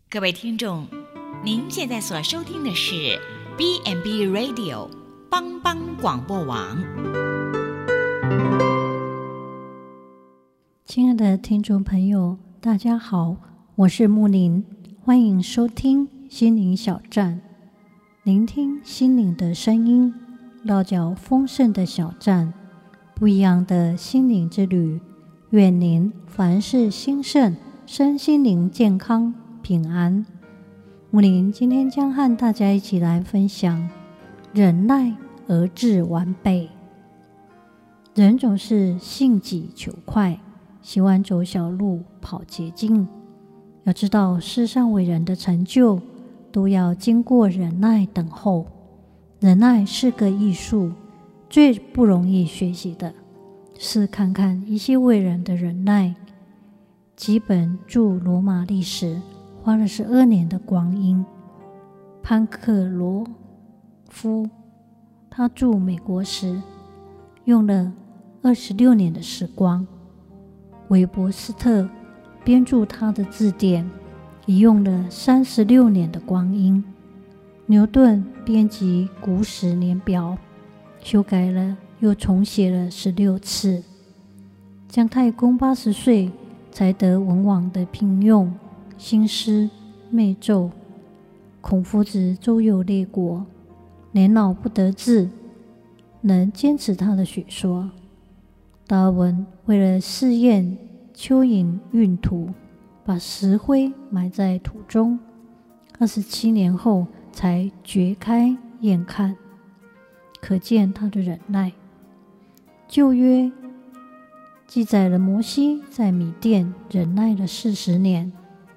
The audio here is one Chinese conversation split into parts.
各位听众，您现在所收听的是 B&B Radio 帮帮广播网。 亲爱的听众朋友，大家好，我是木林，欢迎收听心灵小站，聆听心灵的声音，落脚丰盛的小站，不一样的心灵之旅。愿您凡事兴盛，身心灵健康平安。木林今天将和大家一起来分享忍耐而致完备。人总是性急求快，喜欢走小路跑捷径。要知道世上伟人的成就都要经过忍耐等候。忍耐是个艺术，最不容易学习的是看看一些伟人的忍耐。几本著罗马历史花了12年的光阴。潘克罗夫他驻美国时用了26年的时光。韦伯斯特编著他的字典也用了36年的光阴。牛顿编辑古史年表，修改了又重写了16次。姜太公80岁才得文王的聘用，兴师媚胄。孔夫子周游列国，年老不得志，能坚持他的学说。达尔文为了试验蚯蚓运土，把石灰埋在土中，27年后才掘开验看，可见他的忍耐。旧约记载了摩西在米甸忍耐了40年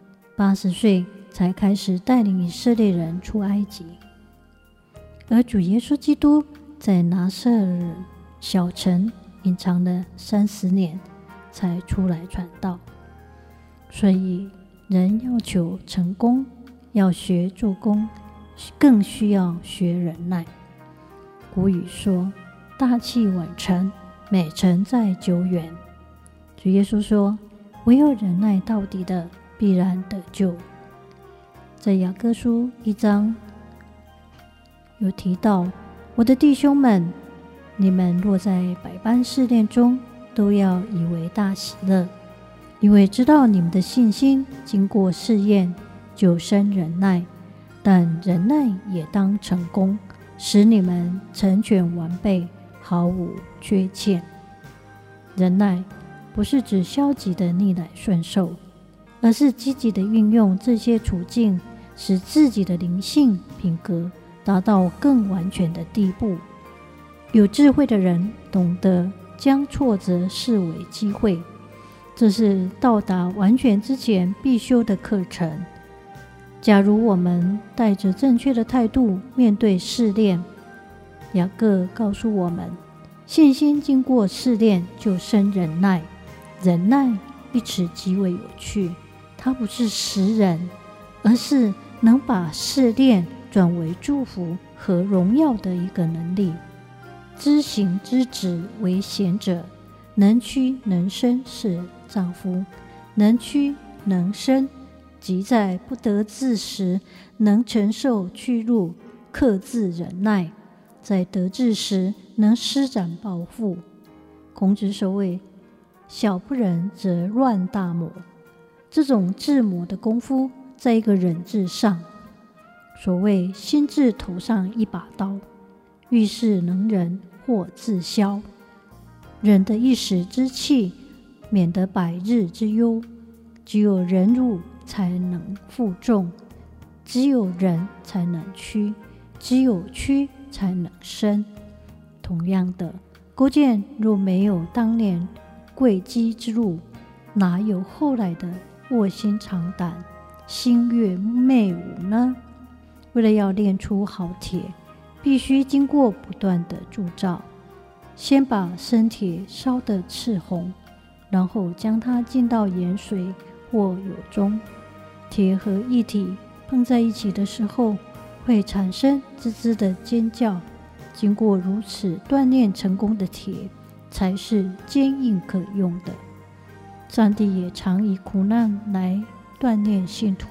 ，80岁才开始带领以色列人出埃及。而主耶稣基督在拿撒勒小城隐藏了30年才出来传道。所以人要求成功，要学做工，更需要学忍耐。古语说，大器晚成，美成在久远。主耶稣说，唯有忍耐到底的，必然得救。在雅各书1章有提到，我的弟兄们，你们若在百般试炼中，都要以为大喜乐，因为知道你们的信心经过试验，就生忍耐。但忍耐也当成功，使你们成全完备，毫无缺欠。忍耐不是指消极的逆来顺受，而是积极的运用这些处境，使自己的灵性品格达到更完全的地步。有智慧的人懂得将挫折视为机会，这是到达完全之前必修的课程。假如我们带着正确的态度面对试炼，雅各告诉我们，信心经过试炼就生忍耐。忍耐一词极为有趣，它不是识人，而是能把试炼转为祝福和荣耀的一个能力。知行知止为贤者，能屈能伸是丈夫。能屈能伸，即在不得志时能承受屈辱，克制忍耐；在得志时能施展抱负。孔子所谓小不忍则乱大谋，这种治魔的功夫在一个忍字上。所谓心字头上一把刀，遇事能忍或自消。忍得一时之气，免得百日之忧。只有忍辱才能负重，只有忍才能屈，只有屈才能伸。同样的，勾践若没有当年贵姬之路，哪有后来的卧薪尝胆、星月媚舞呢？为了要练出好铁，必须经过不断的铸造，先把生铁烧得赤红，然后将它浸到盐水或油中。铁和液体碰在一起的时候，会产生滋滋的尖叫。经过如此锻炼成功的铁，才是坚硬可用的。上帝也常以苦难来锻炼信徒，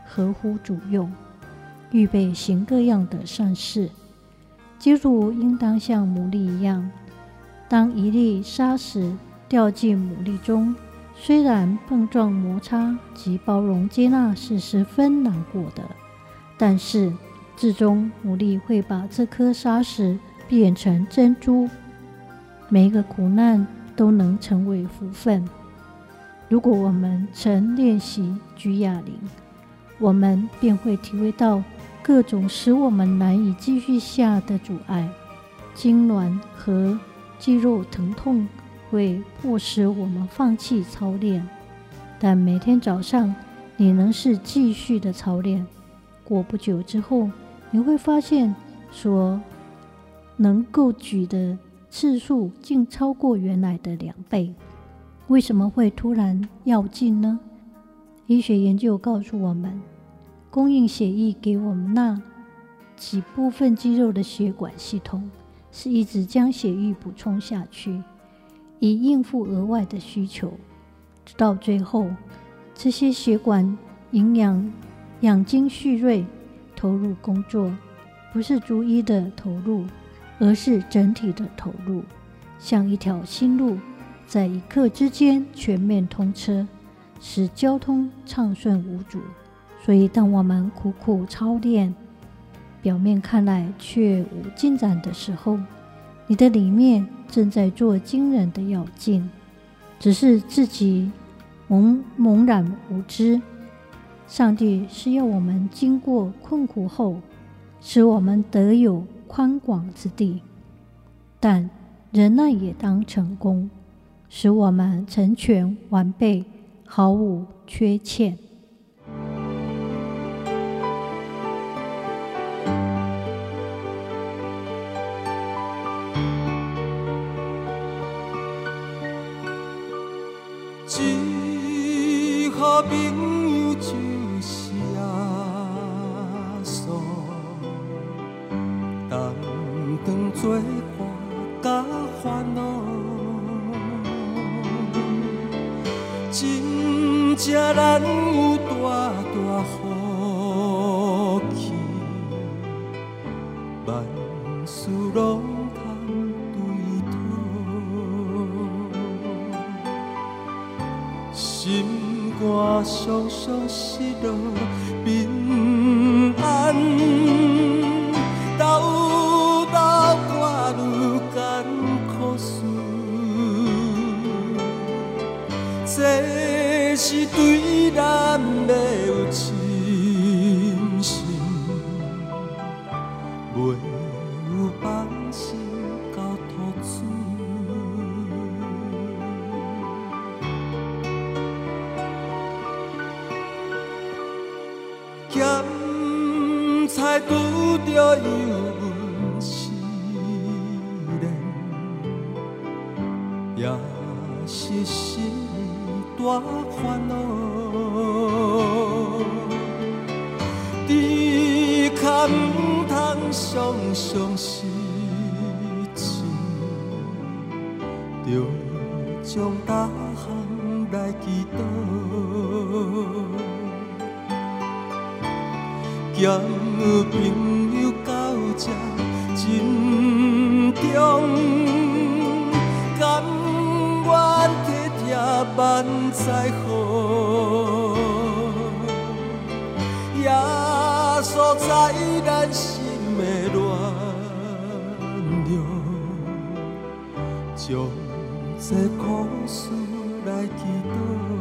合乎主用，预备行各样的善事。基督应当像牡蛎一样，当一粒沙石掉进牡蛎中，虽然碰撞摩擦及包容接纳是十分难过的，但是至终牡蛎会把这颗沙石变成珍珠。每一个苦难都能成为福分。如果我们曾练习举哑铃，我们便会体会到各种使我们难以继续下的阻碍。痉挛和肌肉疼痛会迫使我们放弃操练，但每天早上你仍是继续的操练。过不久之后，你会发现所能够举的次数竟超过原来的2倍。为什么会突然要进呢？医学研究告诉我们，供应血液给我们那几部分肌肉的血管系统是一直将血液补充下去，以应付额外的需求。直到最后，这些血管养精蓄锐，投入工作，不是逐一的投入，而是整体的投入，像一条新路，在一刻之间全面通车，使交通畅顺无阻。所以当我们苦苦操练，表面看来却无进展的时候，你的里面正在做惊人的跃进，只是自己茫然无知。上帝是要我们经过困苦后，使我们得有宽广之地，但忍耐也当成功，使我们成全完备，毫无缺欠。 一好朋友就是耶稣，担当作伴甲烦恼，真正咱有大大福气，万事拢通对讨。心肝常常失落，平安斗看愈艰苦事，这是对咱要有信心，袂有放心交托主。咸菜拄着油温试炼，也是心大烦恼。只看唔通常常失志，着将大项来祈祷。咸朋友到这真重，甘愿体贴万载好，耶稣在咱心的软弱，将这苦事来祈祷。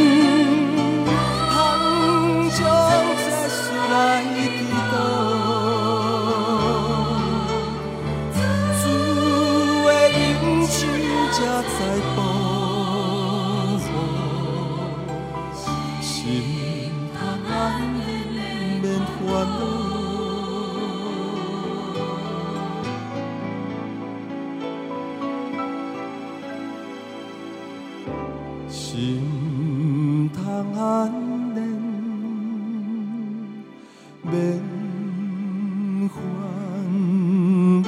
也真通将这事来祈祷。 才知保护，心通安宁免烦恼。心通安宁免烦恼。